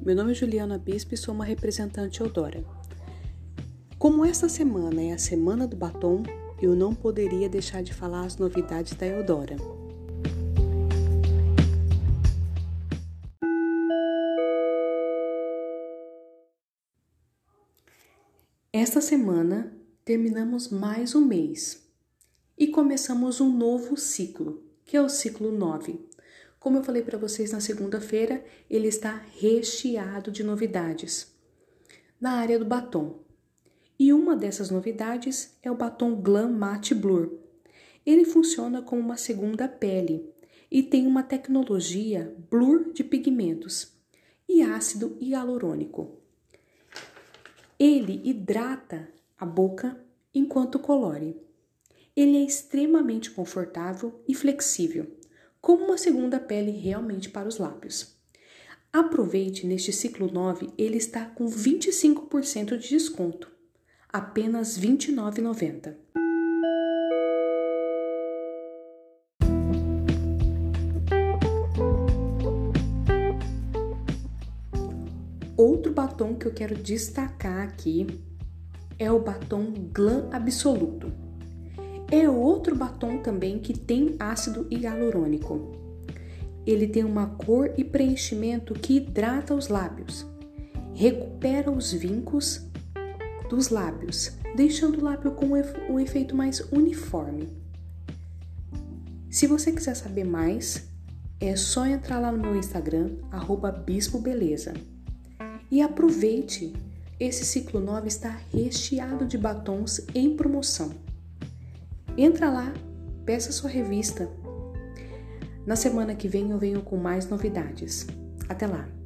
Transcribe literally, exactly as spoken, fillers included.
meu nome é Juliana Bispo e sou uma representante Eudora. Como esta semana é a semana do batom, eu não poderia deixar de falar as novidades da Eudora. Esta semana terminamos mais um mês e começamos um novo ciclo, que é o ciclo nove. Como eu falei para vocês na segunda-feira, ele está recheado de novidades na área do batom. E uma dessas novidades é o batom Glam Matte Blur. Ele funciona como uma segunda pele e tem uma tecnologia blur de pigmentos e ácido hialurônico. Ele hidrata a boca enquanto colore. Ele é extremamente confortável e flexível, como uma segunda pele realmente para os lábios. Aproveite, neste ciclo nove, ele está com vinte e cinco por cento de desconto, apenas vinte e nove reais e noventa centavos. Outro batom que eu quero destacar aqui é o batom Glam Absoluto. É outro batom também que tem ácido hialurônico. Ele tem uma cor e preenchimento que hidrata os lábios, recupera os vincos dos lábios, deixando o lábio com um efeito mais uniforme. Se você quiser saber mais, é só entrar lá no meu Instagram, arroba Bispo Beleza. E aproveite, esse ciclo nove está recheado de batons em promoção. Entra lá, peça sua revista. Na semana que vem eu venho com mais novidades. Até lá!